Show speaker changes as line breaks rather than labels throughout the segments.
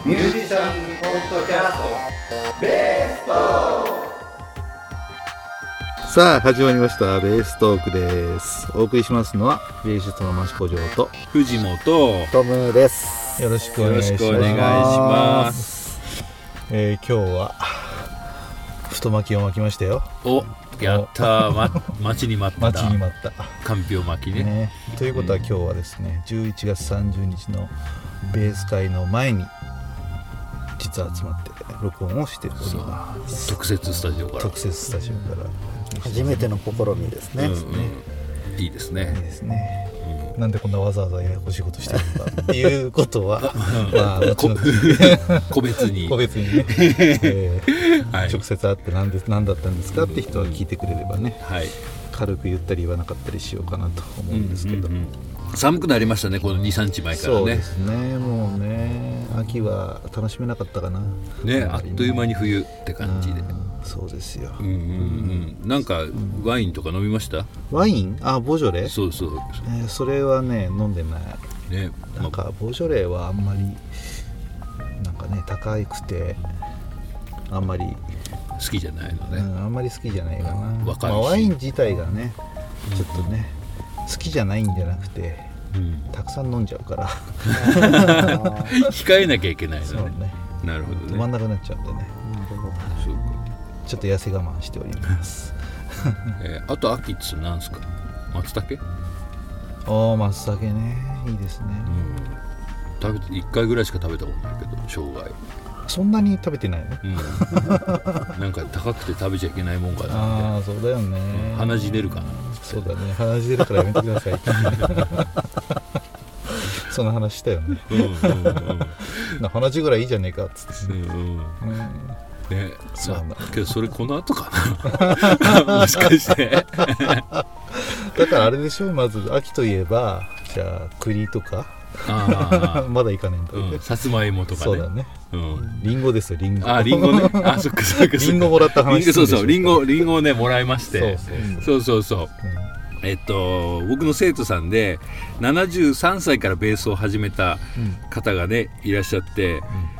ミュージシャンポッドキャストベーストーク。
さあ始まりましたベーストークです。お送りしますのはベーシストの益子城と
藤本
トムです。
よろしくお願いします。
よろしくお願いします。
今日は太巻きを巻きましたよ。
お、やったー、待ちに待ったかんぴょう巻き ね。
ということは今日はですね、11月30日のベース会の前に実は集まって録音をしております。
特設スタジオから
初めての試みですね。
いいですね。
いいですね。なんでこんなわざわざややこしいことしてるのかっていうことはまあ後々
個別に
ね、
はい、
直接会って何だったんですかって人は聞いてくれればね、
はい、
軽く言ったり言わなかったりしようかなと思うんですけど、
寒くなりましたね、この 2,3 日前からね。
そうですね、もうね、秋は楽しめなかったかな
ね、あっという間に冬って感じで。
そうですよ。
なんかワインとか飲みました？
ワイン？ボジョレ？
そうそう、
それはね飲んでないね。なんかボジョレはあんまりなんかね高くてあんまり
好きじゃないのね。
あんまり好きじゃないかな。
わかるし、
ワイン自体がねちょっとね、好きじゃないんじゃなくて、たくさん飲んじゃうから
控えなきゃいけないのね。
そうね。
なるほどね。
止まんなくなっちゃうんでね。
そうか。
ちょっと痩せ我慢しております
あと秋って何ですか？松茸？
松茸ね、いいですね。
食べて1回ぐらいしか食べたことないけど、生涯
そんなに食べてないの？
なんか高くて食べちゃいけないもんかなって。
そうだよね。
鼻血出るかな。
そうだね、鼻血出るからやめてくださいその話したよね。鼻血ぐらいいいじゃねえかっつって。
ね、けどそれこの後かなもしかしてだ
からあれでしょ、まず秋といえばじゃあ栗とかまだいかねえんだね。
さつまいもとかね。
そうだね。リンゴですよ、リンゴ。
リンゴね。そっかそっか。
リンゴもらった話。
そうリンゴをねもらいまして。そう。僕の生徒さんで73歳からベースを始めた方がねいらっしゃって、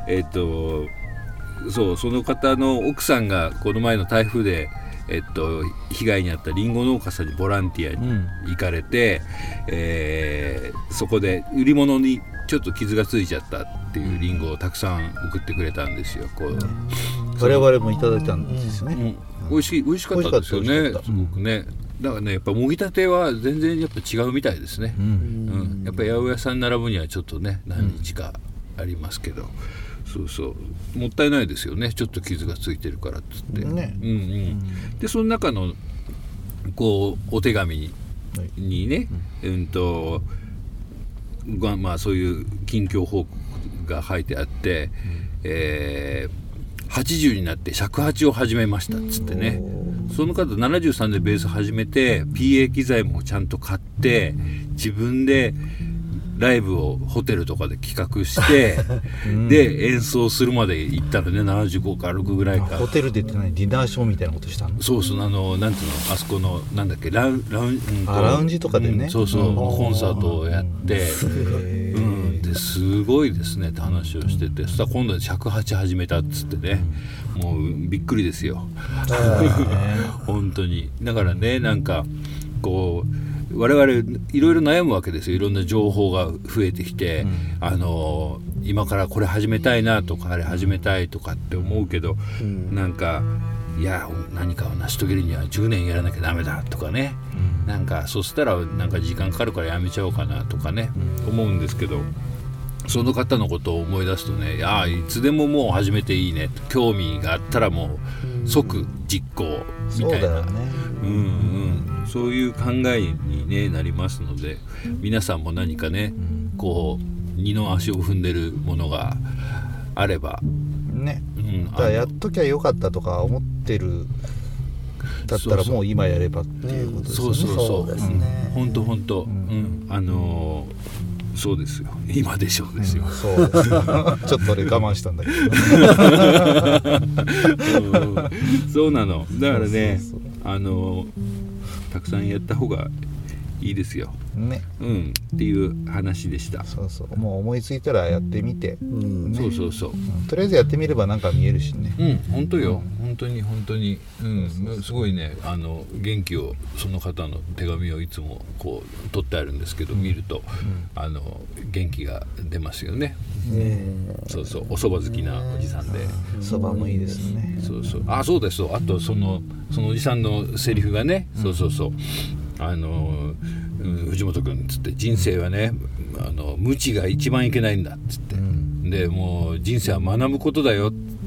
その方の奥さんがこの前の台風で、被害に遭ったリンゴ農家さんにボランティアに行かれて、そこで売り物にちょっと傷がついちゃったっていうリンゴをたくさん送ってくれたんですよ。
我々もいただいたんですね。
美味しかったですよね。すごくね。だからね、やっぱもぎたては全然やっぱ違うみたいですね。やっぱ八百屋さんに並ぶにはちょっとね何日かありますけど、そうもったいないですよね、ちょっと傷がついてるからっつって、でその中のこうお手紙にね、まあそういう近況報告が書いてあって、80になって尺八を始めましたっつってね。その方73でベース始めて PA 機材もちゃんと買って自分でライブをホテルとかで企画してで演奏するまで行ったらね、75か6ぐらいか。
ホテルでってディナーショーみたいなことしたの？
そうなんていうの、あそこのなんだっけラウ
ンジとかでね、
コンサートをやってですごいですねって話をしてて、そしたら今度は尺八始めたっつってね、もうびっくりですよ本当に。だからね、なんかこう我々いろいろ悩むわけですよ。いろんな情報が増えてきて、今からこれ始めたいなとかあれ始めたいとかって思うけど、なんかいや何かを成し遂げるには10年やらなきゃダメだとかね、なんかそしたらなんか時間かかるからやめちゃおうかなとかね、思うんですけど、その方のことを思い出すとね、いつでももう始めていいね、興味があったらもう即実行みたいな、そういう考えに、ね、なりますので、皆さんも何かね、こう二の足を踏んでるものがあれば
ね、だからやっときゃよかったとか思ってるだったらもう今やればっていうことですよね。
そうですね。本当、そうですよ。今でしょうですよ。
そうちょっと俺我慢したんだけ
ど、そうなの。だからね、たくさんやった方がいいですよ、
ね、
っていう話でした。
そうそう、もう思いついたらやってみて、ね、
そうそうそう、
とりあえずやってみればなんか見えるしね。
本当よ、本当に、すごいね、元気を、その方の手紙をいつもこう取ってあるんですけど、見ると、元気が出ますよね。そうそう、お蕎麦好きなおじさんで、
蕎麦もいいですね。
そうそう、そうです。あとそのおじさんのセリフがね、そう藤本君っつって、人生はね、無知が一番いけないんだっつって、でもう人生は学ぶことだよって、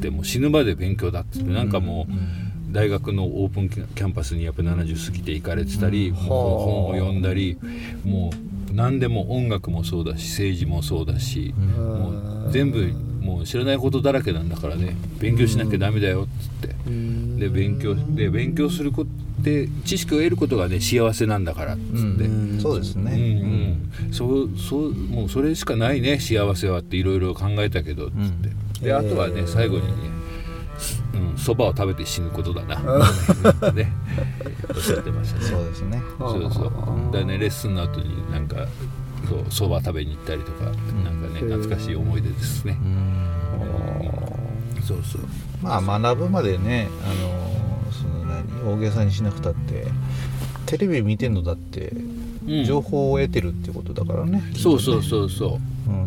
もう死ぬまで勉強だっつって、なんかもう大学のオープンキャンパスにやっぱ70過ぎて行かれてたり、本を読んだり、もう何でも、音楽もそうだし政治もそうだし、もう全部もう知らないことだらけなんだからね、勉強しなきゃダメだよっつって、で勉強することで知識を得ることがね幸せなんだからっつって、
そうですね、
もうそれしかないね、幸せはっていろいろ考えたけどっつって、であとはね最後にね、蕎麦を食べて死ぬことだなね、おっしゃってましたね。
そうですね。
そうだね、レッスンの後になんか蕎麦食べに行ったりとか、なんかね懐かしい思い出ですね。そうそう、
まあ学ぶまでね、大げさにしなくたって、テレビ見てんのだって情報を得てるってことだからね。
そうそうそうそう、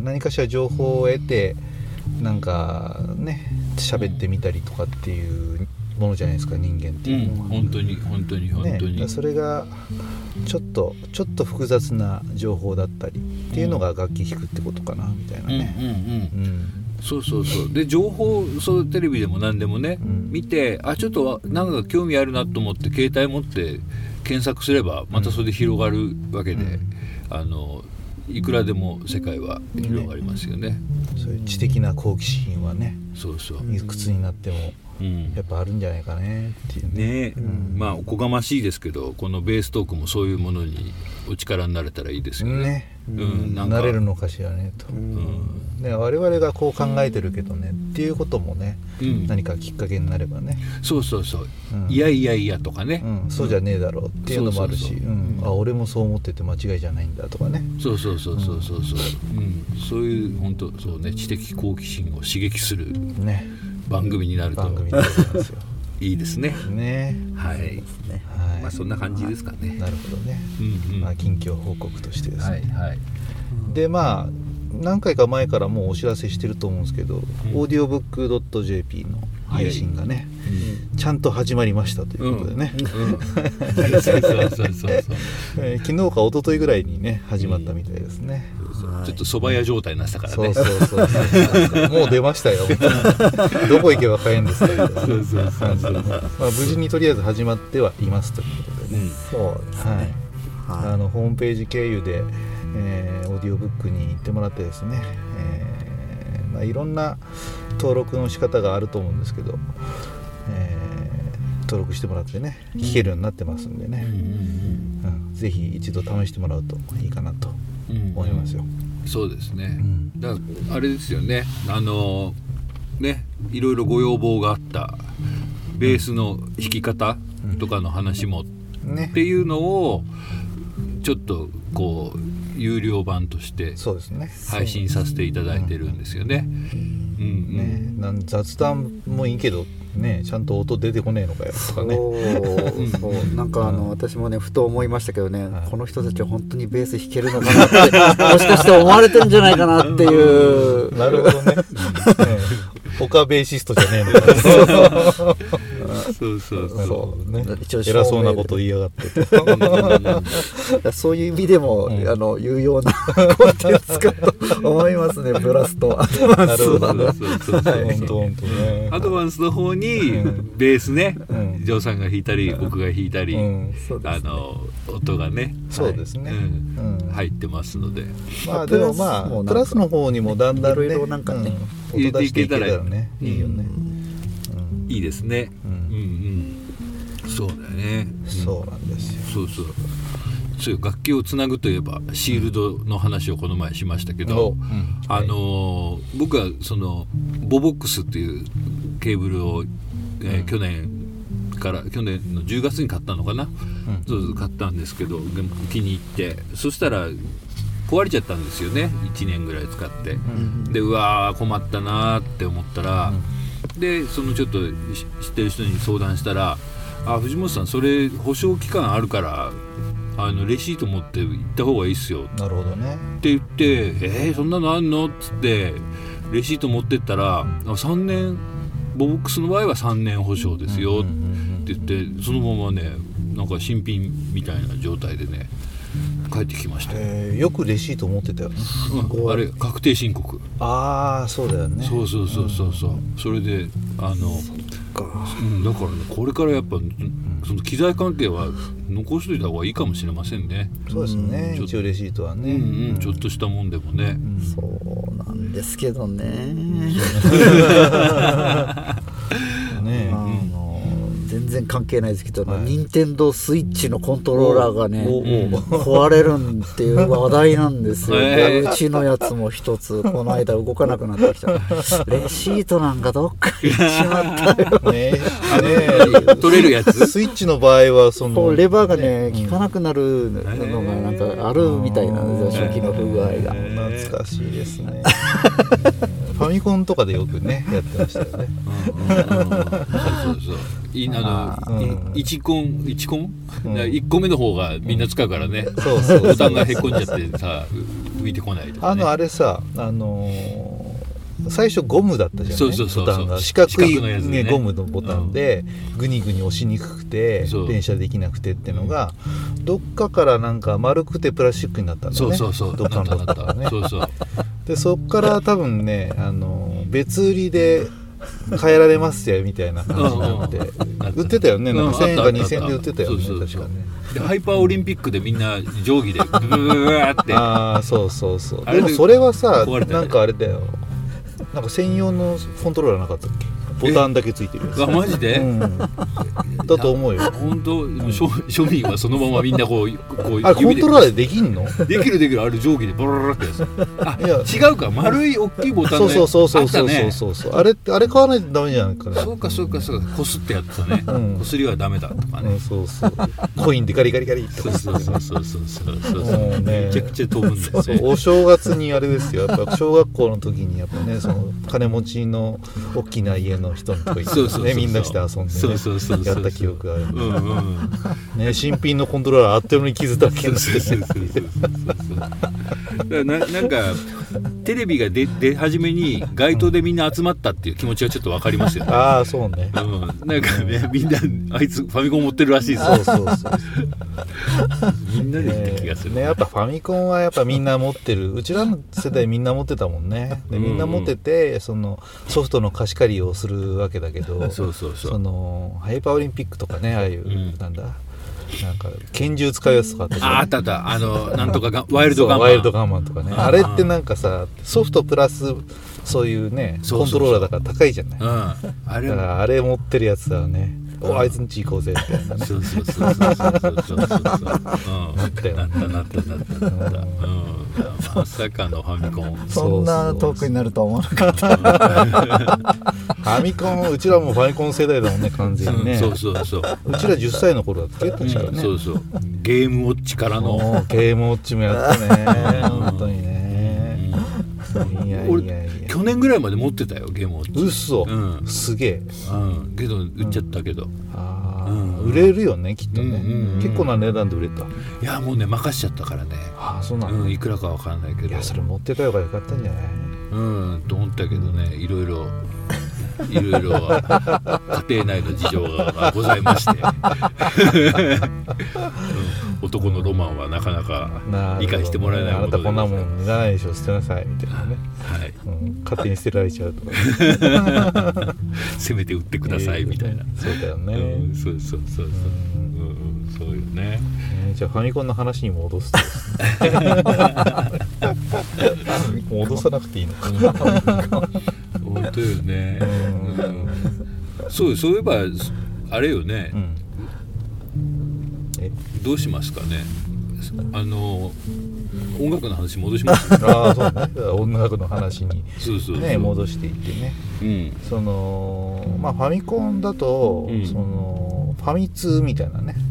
何かしら情報を得て、なんかね喋ってみたりとかっていうものじゃないですか、人間っていうのは。
本当に、
ね、それがちょっと複雑な情報だったりっていうのが楽器弾くってことかなみたいなね。
そうで情報、そうテレビでも何でもね、見て、ちょっとなんか興味あるなと思って携帯持って検索すればまたそれで広がるわけで、いくらでも世界は広がりますよね。
そういう知的な好奇心はね、いくつになってもやっぱあるんじゃないかねっていうね。
まあおこがましいですけど、このベーストークもそういうものにお力になれたらいいですよね。
なれるのかしらねと、ね、我々がこう考えてるけどねっていうこともね、何かきっかけになればね。
そう、いやとかね、
そうじゃねえだろうっていうのもあるし、俺もそう思ってて間違いじゃないんだとかね。
そういう本当そうね、知的好奇心を刺激する番組になるといいですね。はい、まあそんな感じですかね。
なるほどね。近況報告としてですね。でまあ何回か前からもうお知らせしてると思うんですけど、audiobook.jp の配信がね、ちゃんと始まりましたということでね、昨日か一昨日ぐらいにね始まったみたいですね。
ちょっと蕎麦屋状態になったからね。
そうもう出ましたよどこ行けば買えるんですかみたいな。無事にとりあえず始まってはいますということでね。そうですね。ホームページ経由でオーディオブックに行ってもらってですね、いろんな登録の仕方があると思うんですけど、登録してもらってね聞けるようになってますんでね、ぜひ一度試してもらうといいかなと思いますよ。
そうですね、だからあれですよね、ね、いろいろご要望があったベースの弾き方とかの話も、っていうのをちょっとこう有料版として配信させていただいてるんですよね。
雑談もいいけどね、ちゃんと音出てこねえのかよとかね。
そうなんか私もねふと思いましたけどね、この人たちは本当にベース弾けるのかなってもしかして思われてるんじゃないかなっていう。
なるほどね。他ベーシストじゃねえのか。そうね。偉そうなこと言いやがって。
そういう意味でも有用なコンテンツかと思いますね。ブラスとアドバンスは。
アドバンスの方にベースね、ジョーさんが弾いたり僕が弾いたり、音がね、
そうですね、
入ってますので、
でもプラスの方にもだんだんね、
音出していけたら
ね、いいよね。
いいですね。そうだよね。
そうなんですよ。
そういう楽器をつなぐといえばシールドの話をこの前しましたけど、僕はそのボボックスっていうケーブルを、去年から去年の10月に買ったのかな、そう買ったんですけど気に入って、そしたら壊れちゃったんですよね、1年ぐらい使って、でうわー困ったなって思ったら、でそのちょっと知ってる人に相談したら、藤本さんそれ保証期間あるからレシート持って行った方がいいっすよ
なるほどね
って言って、そんなのあんのっつってレシート持ってったら、3年ボボックスの場合は3年保証ですよって言って、そのままねなんか新品みたいな状態でね帰ってきました。
よくレシート持ってたよね、
あれ確定申告。
そうだよね。
そうそれでだからねこれからやっぱその機材関係は残しといた方がいいかもしれませんね。
そうですね、一応レシートはね、
ちょっとしたもんでもね、
そうなんですけどね全然関係ないですけど、任天堂スイッチのコントローラーがね壊れるっていう話題なんですよ、うちのやつも一つこの間動かなくなってきた。レシートなんかどっか行っちまったよ
取れるやつ。
スイッチの場合はその
レバーがね効かなくなるのがなんかあるみたいなんですよ、初期の不具合が。
懐かしいですねファミコンとかでよくねやってましたよね。
そう1コン1個目の方がみんな使うからね、ボタンがへこんじゃってさ浮いてこないとかね。
あれさ最初ゴムだったじゃんね、ボタンが四角いゴムのボタンでグニグニ押しにくくて連射できなくてってのがどっかからなんか丸くてプラスチックになったんだよね。どっかのロッカーがね。でそっから多分ね別売りで変えられますよみたいな感じになって売ってたよね。なんか1000円か2000円で売ってたよね、確かね。
でハイパーオリンピックでみんな定規でブーって
そうでもそれはさなんかあれだよ、なんか専用のコントローラーなかったっけ、ボタンだけついてるやつ。
マジで、
だと思うよ。
本当庶民はそのままみんなこう
あれコントローラーでできんの？
できるあれ定規でボロロロってやつ。違うか、丸い大きいボタンね。
そうあれ買わないとダメじゃないかね。
そうかこすってやったね、こすりはダメだとかね。
コインでガリガリガリとか。
そうめちゃくちゃ飛ぶんですよ。
お正月にあれですよ、やっぱ小学校の時にやっぱね、その金持ちの大きな家の人のとこ行ってね、みんなして遊んでねやった記憶があるね。新品のコントローラーあっという間に傷だらけになってね。
なんかテレビが出始めに街頭でみんな集まったっていう気持ちがちょっと分かりますよね。
そうね。
なんかね、みんなあいつファミコン持ってるらしいです。みんなで行った気がする
ね。やっぱファミコンはやっぱみんな持ってる。うちらの世代みんな持ってたもんね。でみんな持ってて、そのソフトの貸し借りをするわけだけど、そのハイパーオリンピックとかね、ああいう、なんだ。なんか拳銃使うやつとか
あったなんとかワイルドガ
ンマンとかね。あれってなんかさ、ソフトプラスそういうねコントローラーだから高いじゃない。だからあれ持ってるやつはね、あいつんち行こうぜみたいなね。
なったまさかのファミコン。
そんなトークになるとは思わなかった。
ファミコン、うちらもファミコン世代だもんね、完全にね。うちら10歳の頃だっけ、確かね。
ゲームウォッチからの
ゲームウォッチもやったね。本当にね。
俺去年ぐらいまで持ってたよ、ゲームウォッチ。
嘘、すげえ。
けど売っちゃったけど、
売れるよね、きっとね。結構な値段で売れた。
いやもうね、任しちゃったからね。
そうなの。
いくらかわからないけど。
いや、それ持ってた方がよかったんじゃない？
と思ったけどね、いろいろ家庭内の事情がございまして、男のロマンはなかなか理解してもらえないもので、
あなたこんなもんいらないでしょ、捨てなさいみたいなね。勝手に捨てられちゃうとか、
せめて売ってくださいみたいな。
そうだよね。
そうよね。
じゃあファミコンの話に戻すと戻さなくていいのか。
本当よね。そういえばあれよね。どうしますかね。音楽の話戻します。
そうね。音楽の話にね戻していってね。そのファミコンだとそのファミ通みたいなね、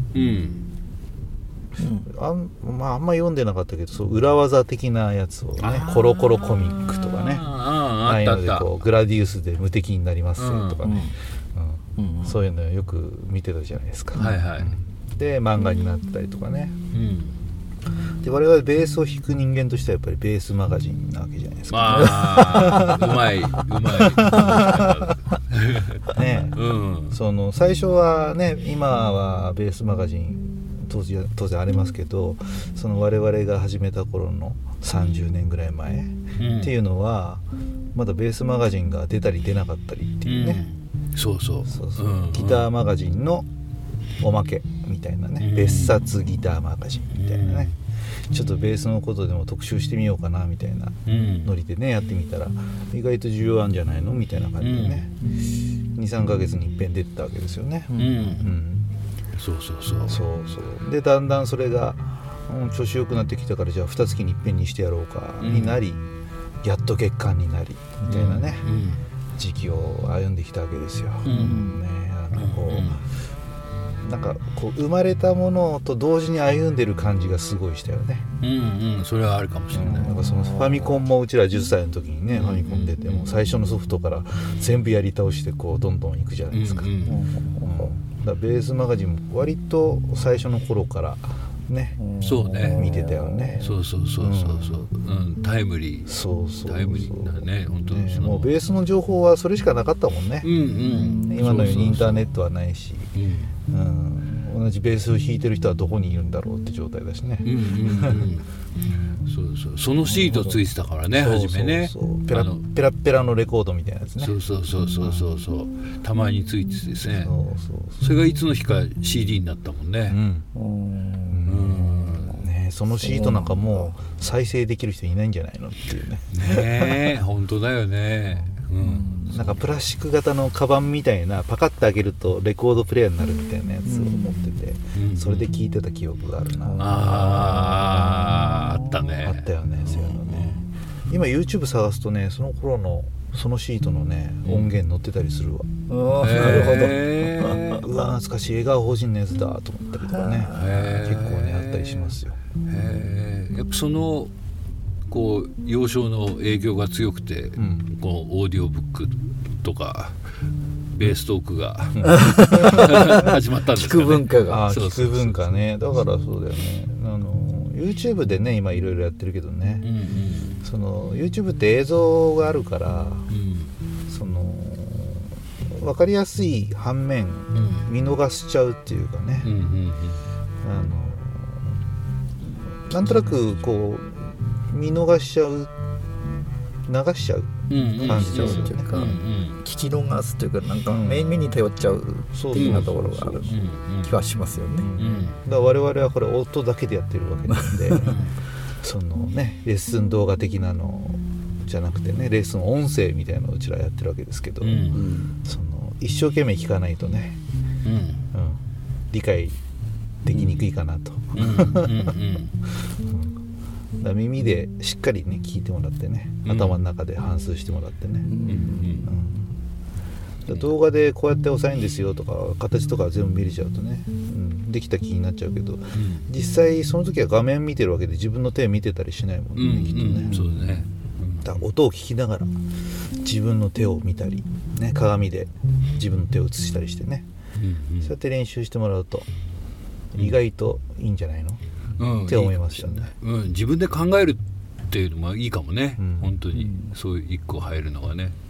あんま読んでなかったけど、そう裏技的なやつをね、コロコロコミックとかね、ああいうのでこうグラディウスで無敵になりますとかね、そういうのよく見てたじゃないですか。で漫画になったりとかね、で我々ベースを弾く人間としてはやっぱりベースマガジンなわけじゃないですか。
うまい
ね、その最初はね、今はベースマガジン当然ありますけど、その我々が始めた頃の30年ぐらい前っていうのはまだベースマガジンが出たり出なかったりっていうね、ギターマガジンのおまけみたいなね、別冊ギターマガジンみたいなね、ちょっとベースのことでも特集してみようかなみたいなノリでねやってみたら意外と需要あるんじゃないのみたいな感じでね、2,3 ヶ月に一遍出てたわけですよね。そうでだんだんそれが調子良くなってきたから、じゃあ2月に一遍にしてやろうかになり、やっと月間になりみたいなね、時期を歩んできたわけですよ。なんかこう生まれたものと同時に歩んでる感じがすごいしたよね。
それはあるかもしれない。
なんかそのファミコンもうちら10歳の時にね、ファミコン出ても最初のソフトから全部やり倒してこうどんどんいくじゃないですか。だからベースマガジンも割と最初の頃からね、見てたよね。
タイムリーだね、本当に。
もうベースの情報はそれしかなかったもんね。今のようにインターネットはないし、同じベースを弾いてる人はどこにいるんだろうって状態だしね。
そのシートついてたからね、初めね。
ペラペラのレコードみたいなやつね。
たまについててですね。それがいつの日か CD になったもんね。
そのシートなんかもう再生できる人いないんじゃないのっていう
ね。本当だよね。
なんかプラスチック型のカバンみたいな、パカッと開けるとレコードプレイヤーになるみたいなやつを持ってて、それで聴いてた記憶があるな。
あったね。
あったよね、そういうのね。今 YouTube 探すとね、その頃のそのシートのね音源載ってたりするわ。
なるほど。
うわ懐かしい、笑顔法人のやつだと思ったりとかね、結構ねあったりしますよ。
やっぱそのこう幼少の影響が強くて、こうオーディオブックとかベーストークが始まったんですかね。
聞く文化が。
聞く文化ね。だからそうだよね。YouTube でね今いろいろやってるけどね、その YouTube って映像があるから、その分かりやすい反面、見逃しちゃうっていうかね、なんとなくこう見逃しちゃう、流しちゃう感じですよね。
聞き逃すというか、なんか目に頼っちゃう的なところがある気はしますよね。
だから我々はこれ音だけでやってるわけなんでそのねレッスン動画的なのじゃなくてね、レッスン音声みたいなのをうちらやってるわけですけど、その一生懸命聞かないとね、理解できにくいかなと。だ耳でしっかりね聞いてもらってね、頭の中で反芻してもらってね、動画でこうやって押さえるんですよとか形とか全部見れちゃうとね、できた気になっちゃうけど、実際その時は画面見てるわけで自分の手見てたりしないもんね、きっとね。
そうだね。
だから音を聞きながら自分の手を見たり、ね、鏡で自分の手を映したりしてね、そうやって練習してもらうと意外といいんじゃないの、って思いますよね。
自分で考えるっていうのもいいかもね、本当にそういう一個入るのがね。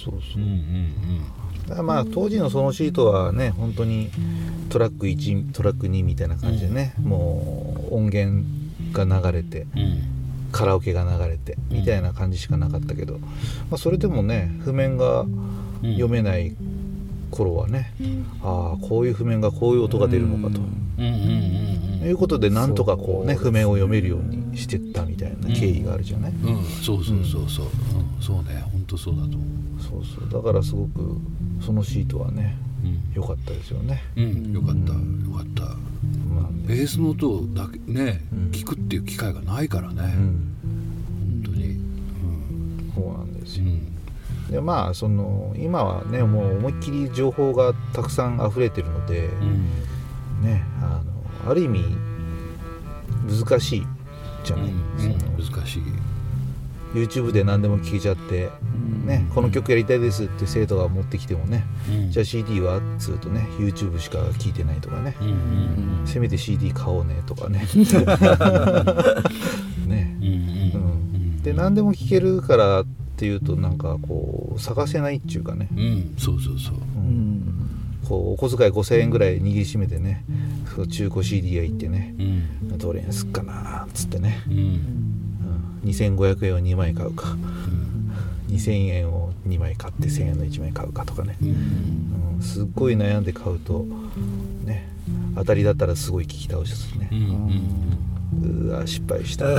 だからまあ当時のそのシートはね本当にトラック1トラック2みたいな感じでね、もう音源が流れて、カラオケが流れてみたいな感じしかなかったけど、それでもね譜面が読めない頃はね、ああこういう譜面がこういう音が出るのかと、いうことでなんとかこうね譜面を読めるようにしてったみたいな経緯があるじゃない。
そうね、本当そうだと思う。
だからすごくそのシートはね良かったですよね。
良かった。ベースの音だけね聞くっていう機会がないからね、本当に。
そうなんですよ。 でまあその今はねもう思いっきり情報がたくさん溢れてるので、ね、ある意味難しいじゃない、
難しい。
YouTube で何でも聴けちゃって、ね、この曲やりたいですって生徒が持ってきてもね、じゃあ CD はっつうとね YouTube しか聴いてないとかね、せめて CD 買おうねとかねね、で何でも聴けるからっていうとなんかこう探せないっていうかね、
そうそうそう、
こうお小遣い5000円ぐらい握りしめてね、中古 CD 屋行ってね、どれにすっかなっつってね、2500円を2枚買うか、2000円を2枚買って1000円の1枚買うかとかね、すっごい悩んで買うとね、当たりだったらすごい聞き倒しですね、うわ失敗した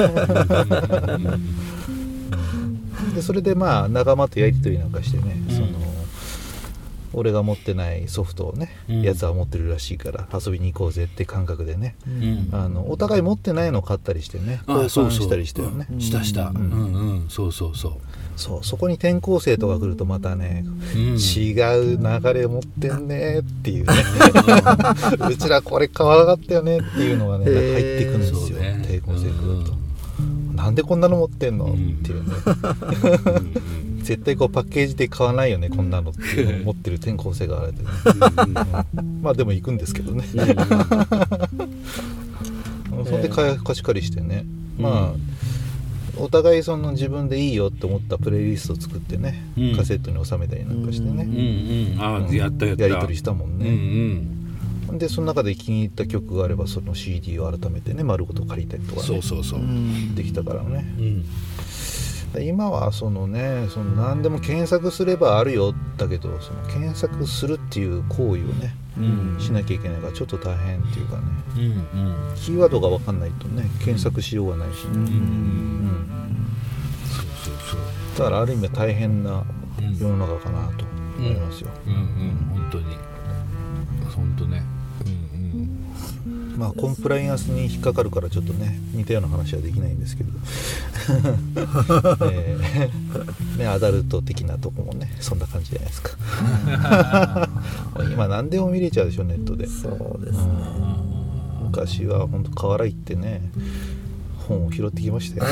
でそれでまあ仲間とやり取りなんかしてね、その俺が持ってないソフトをね、やつは持ってるらしいから遊びに行こうぜって感覚でね、お互い持ってないのを買ったりしてね、交換したりしてよね、
したそうそうそう
そう、そこに転校生とか来るとまたね、違う流れ持ってんねっていうねうちらこれ買わなかったよねっていうのがね、入ってくるんですよ、転校生来ると、なんでこんなの持ってんのっていうね絶対こうパッケージで買わないよねこんなのっていうのを持ってる転校生があれで、ねまあでも行くんですけどねそんで貸し借りしてね、まあお互いその自分でいいよって思ったプレイリストを作ってね、カセットに収めたりなんかしてね、
やった
やり取りしたもんね、でその中で気に入った曲があればその CD を改めてね丸ごと借りたりとかね、できたからね、今はそのね、その何でも検索すればあるよだけど、その検索するっていう行為をね、しなきゃいけないからちょっと大変っていうかね、キーワードが分かんないとね検索しようがないしね、だからある意味大変な世の中かなと思いますよ、
本当に本当ね、
まあコンプライアンスに引っかかるからちょっとね似たような話はできないんですけどね、アダルト的なとこもねそんな感じじゃないですか今何でも見れちゃうでしょネットで。
そうですね、
昔は本当河原行ってね本を拾ってきましたよ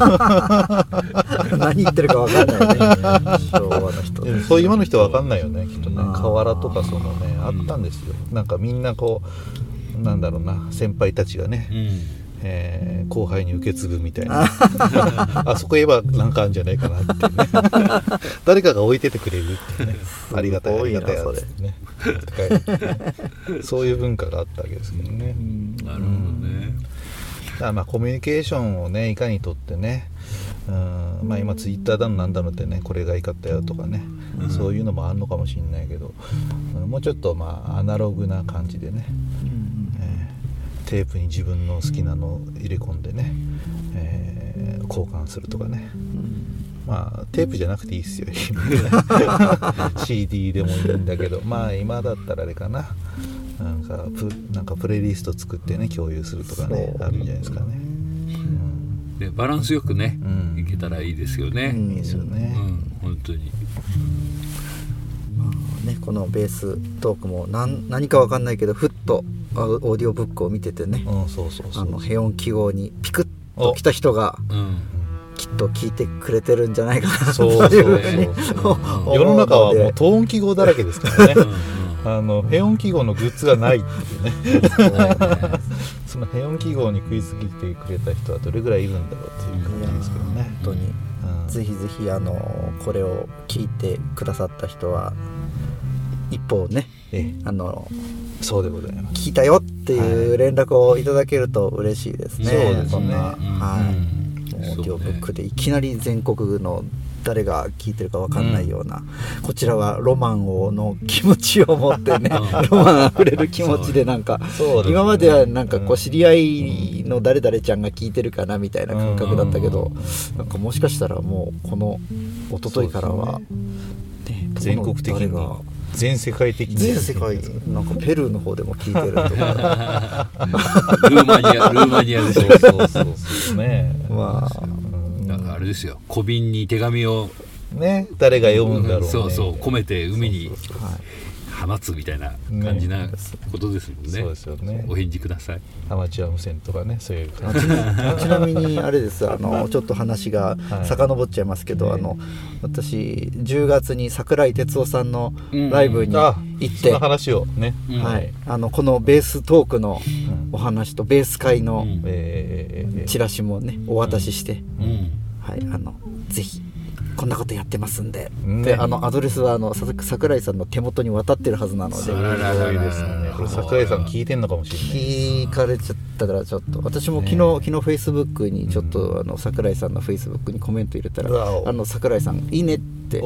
何言ってるか分かんないね昭和の人で
そう今の人は分かんないよねきっとね。河原とかそのねあったんですよ、なんかみんなこうなんだろうな、先輩たちがね、後輩に受け継ぐみたいなあそこ言えばなんかあるんじゃないかなってね誰かが置いててくれるってねありがたいありがたいやつってねそういう文化があったわけですけどね。
なるほどね。
だからまあコミュニケーションをねいかにとってね、まあ今ツイッターだのなんだのってねこれがいいかったよとかね、そういうのもあるのかもしれないけど、もうちょっとまあアナログな感じでね、テープに自分の好きなのを入れ込んでね、交換するとかね、まあテープじゃなくていいっすよCD でもいいんだけど、まあ今だったらあれかな、なんかプレイリスト作ってね共有するとかねあるんじゃないですかね、
でバランスよくね、いけたらいいですよね、
いいですよね、
本当に、
ね、このベーストークも何か分かんないけどふっとオーディオブックを見ててね、ヘ音記号にピクッと来た人が、きっと聞いてくれてるんじゃないかなというふうに
世の中はもうトーン記号だらけですからねヘ音記号のグッズがないっていうねそのヘ音記号に食いついてくれた人はどれぐらいいるんだろうっていう感じですけどね。
本当に、ぜひぜひこれを聞いてくださった人は一歩ね、
そうでございます。
聞いたよっていう連絡をいただけると嬉しいですね。
そうですね。
そんな、オーディオブックでいきなり全国の誰が聞いてるか分かんないような、こちらはロマンの気持ちを持ってねロマンあふれる気持ちでなんか、今まではなんかこう知り合いの誰々ちゃんが聞いてるかなみたいな感覚だったけど、なんかもしかしたらもうこの一昨日からは、
全国的に全世界的に
全世界なんかペルーの方でも聞いてるとか
ルーマニアでしょ。
そうね。
だからあれですよ、小瓶に手紙を
ね誰が読むんだろうね、
そうそう込めて海に
はい
放つみたいな感じなことですもんね。
そうですよね。
お返事ください。
アマチュア無線とかねそういう感じ。
ちなみにあれですちょっと話が遡っちゃいますけど、私10月に桜井哲夫さんのライブに行って、
その話をね、
はい、このベーストークのお話とベース会のチラシもねお渡しして、はい、ぜひこんなことやってますんで、でアドレスは桜井さんの手元に渡ってるはずなので、
すごいですね。これ桜井さん聞いてんのかもしれない。
聞かれちゃったらちょっと私も昨日フェイスブックにちょっと桜井さんのフェイスブックにコメント入れたら、桜井さんいいねって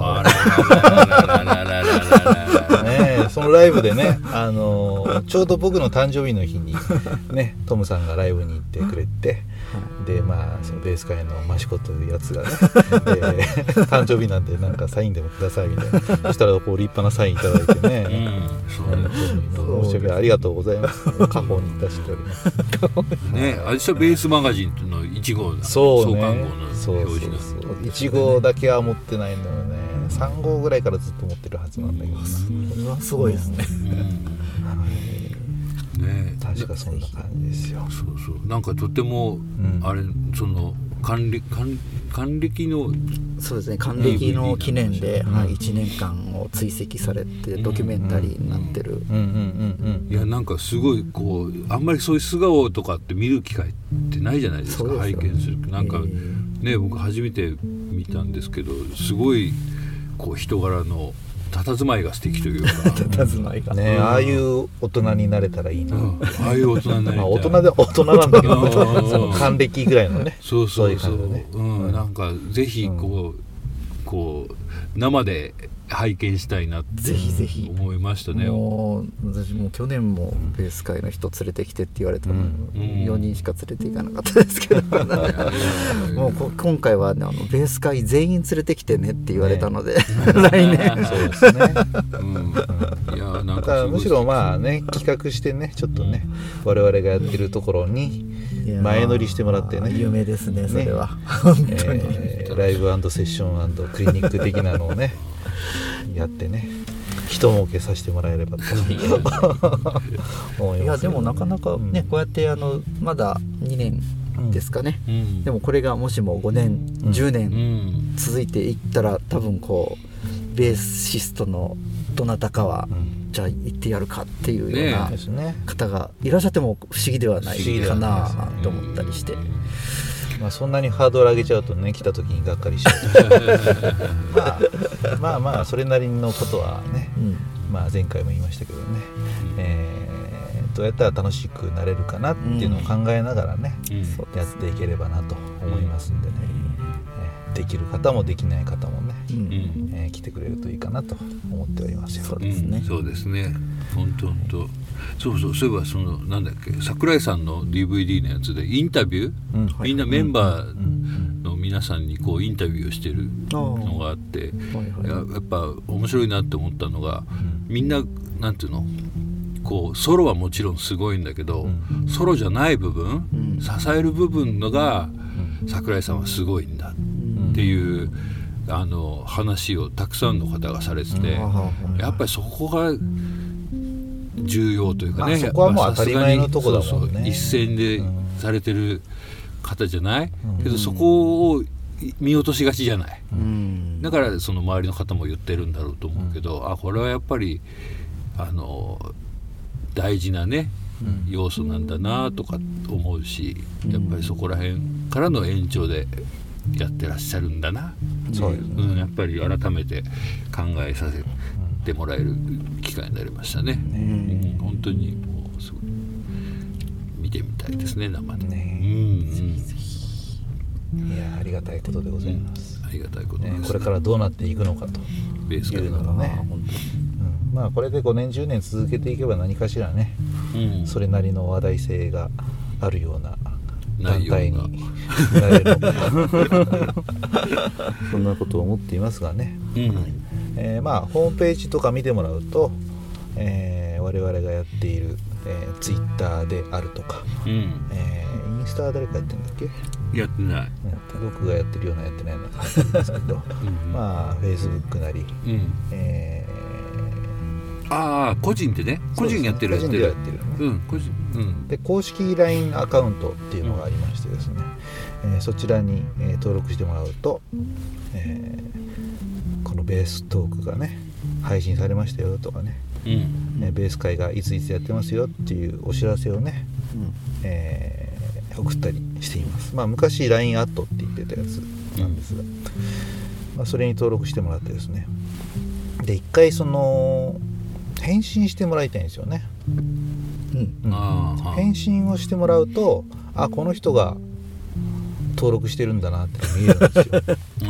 そのライブでねちょうど僕の誕生日の日にねトムさんがライブに行ってくれて、でそのベース界のマシコというやつがね誕生日なんでなんかサインでもくださいみたいな、そしたらこう立派なサインいただいてね、申し訳ない、ありがとうございます。家宝に出しております
ね。私はベースマガジンの1号だ、
そうね、
創刊号の表紙の
1号だけは持ってないのよね。3号ぐらいからずっと持ってるはずなんだけどな。
これはすごいですね。
ね、
確かそんな感じですよ。
そうそうなんかとても、あれその還暦の
そうですね還暦の記念で、1年間を追跡されてドキュメンタリーになってる。
いやなんかすごいこうあんまりそういう素顔とかって見る機会ってないじゃないですか。拝見するなんかね僕初めて見たんですけど、すごいこう人柄の佇まいが素敵というか
佇まいが
ね、ああいう大人になれたらいいな、
ああいう大人になりたい。
大人なんだけどその還暦ぐらいのね、
そういう感じ
でね、
なんかぜひこう生で拝見したいなって
ぜひぜひ
思いましたね。
私も去年もベース界の人連れてきてって言われたのに、4人しか連れて行かなかったですけどもう今回は、ね、ベース界全員連れてきてねって言われたので、来年
そうですね、
いやなん
かむしろ企画してねちょっとね我々がやってるところに前乗りしてもらってね、
夢ですねそれは、本当に、
ライブ&セッション&クリニック的なのをねやってね人儲けさせてもらえればと思います。
いやでもなかなかね、こうやってまだ2年ですかね、でもこれがもしも5年、10年続いていったら多分こうベーシストのどなたかは、じゃあ行ってやるかっていうような方がいらっしゃっても不思議ではないかなと思ったりして、
そんなにハードル上げちゃうとね来た時にがっかりしちゃうまあそれなりのことはね、前回も言いましたけどね、どうやったら楽しくなれるかなっていうのを考えながらね、やっていければなと思いますんでね、できる方もできない方もね、来てくれるといいかなと思っておりますよ。
そうですね本当そういえばなんだっけ桜井さんの DVD のやつでインタビュー、みんなメンバーの皆さんにこうインタビューをしてるのがあって、やっぱ面白いなって思ったのが、みんななんていうのこうソロはもちろんすごいんだけど、ソロじゃない部分、支える部分のが桜井さんはすごいんだっていう話をたくさんの方がされてて、やっぱりそこが重要というかね、
そこはもう当たり前のとこだもんね。
そう一線でされてる方じゃない、けどそこを見落としがちじゃない、だからその周りの方も言ってるんだろうと思うけど、これはやっぱり大事なね要素なんだなとか思うし、やっぱりそこら辺からの延長でやってらっしゃるんだなっていう、やっぱり改めて考えさせてもらえる機会になりましたね。本当にもうすごい見てみたいですね生で。
いやありがたいことでございます。
ありがたいことですね。
これからどうなっていくのかというのがね、これで5年10年続けていけば何かしらね、それなりの話題性があるような団体になれるそんなことを思っていますがね、ホームページとか見てもらうと、我我々がやっている、ツイッターであるとか、
うん
インスタは誰かやってるんだっけ？
やってない。
僕がやってるようなやってないのかなんですけどまあフェイスブックなり、
ああ個人でね、個人やってる
個人でやってる、
個人、
で公式 LINE アカウントっていうのがありましてですね、そちらに、登録してもらうと、このベーストークがね配信されましたよとかね、ベース会がいついつやってますよっていうお知らせをね、送ったりしています。まあ昔 LINE アットって言ってたやつなんですが、まあ、それに登録してもらってですね、で一回その返信してもらいたいんですよね。返信をしてもらうと、あ、この人が登録してるんだなって見えるんですよ。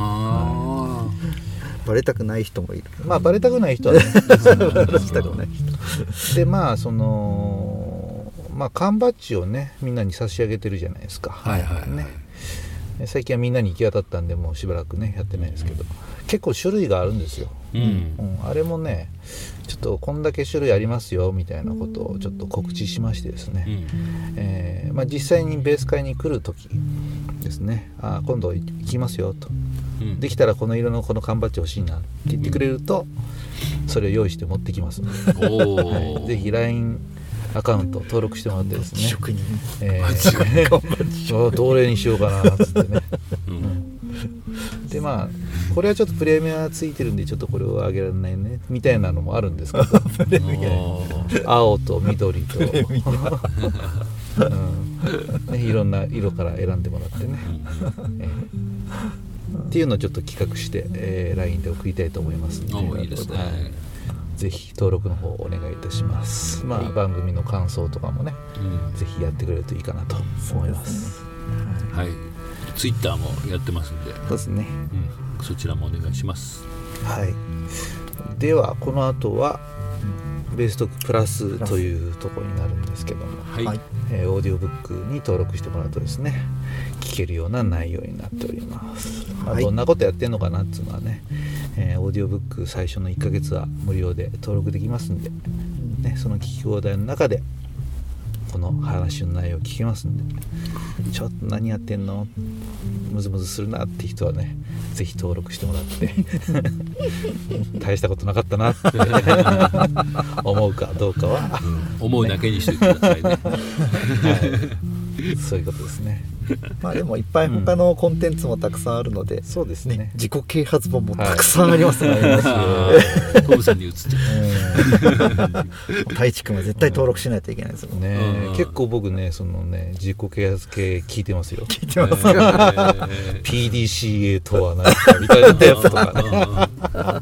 バレたくない人もいる。
まあバレたくない人はね
バレたくない人
で、まあそのまあ缶バッジをねみんなに差し上げてるじゃないですか。ね、最近はみんなに行き渡ったんでもうしばらくねやってないですけど、結構種類があるんですよ。あれもねちょっとこんだけ種類ありますよみたいなことをちょっと告知しましてですね、まあ、実際にベース会に来る時ですね、あ、今度行きますよと、できたらこの色のこの缶バッジ欲しいなって言ってくれるとそれを用意して持ってきますので、ぜひ LINE アカウント登録してもらってですね、
職人
どれにしようかなっつってね、でまあこれはちょっとプレミアついてるんでちょっとこれをあげられないねみたいなのもあるんですけど青と緑と、ね、いろんな色から選んでもらってね、っていうのをちょっと企画して、LINE で送りたいと思いますので、
いいですね、
ぜひ登録の方お願いいたします。まあ番組の感想とかもね、ぜひやってくれるといいかなと思います。
はい、ツイッターもやってますんで、
そうですね、
そちらもお願いします。
はい。ではこの後はベーストークプラスというところになるんですけども、オーディオブックに登録してもらうとですね聞けるような内容になっております。まあ、どんなことやってんのかなっていうのはね、オーディオブック最初の1ヶ月は無料で登録できますんで、ね、その聞き放題の中でこの話の内容を聞けますんで、ちょっと何やってんのムズムズするなって人はねぜひ登録してもらって大したことなかったなって思うかどうかは、
思うだけにしてくださいね。
そういうことですね。
まあでもいっぱい他のコンテンツもたくさんあるので、
そうですね、
自己啓発本もたくさんありますね。
トムさんに移っちゃう。
太一君は絶対登録しないといけないですもんね。
結構僕ねそのね自己啓発系聞いてますよ。
聞いてますか。
PDCA とは何かみたいなやつとかね。はい、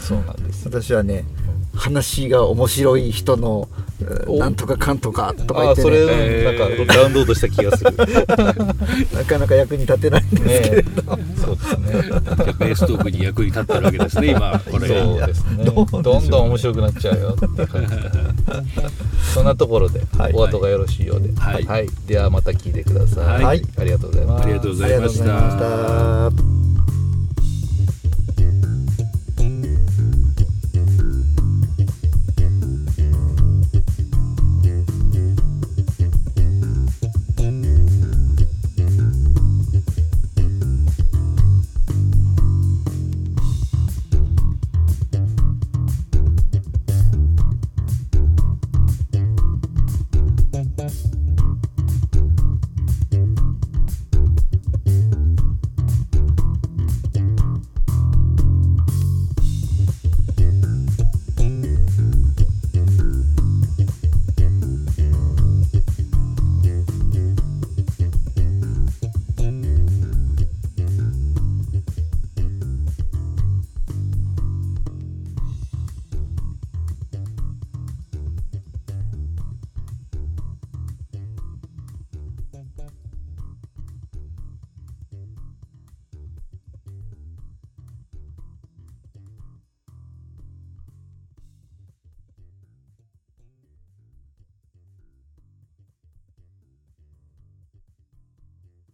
そうなんです。
私はね話が面白い人のなんとかかんとかとか言ってね、
それなんかダウンロードした気がする。
なかなか役に立てないんですけれど、
そうですね。
じゃあベーストークに役に立ってるわけですね今これ。
そうですね。どんどん面白くなっちゃうよって感じ。そんなところでお後がよろしいようで、はい、ではまた聞いてください。
はい、
ありがとうございます。
ありがとうございました。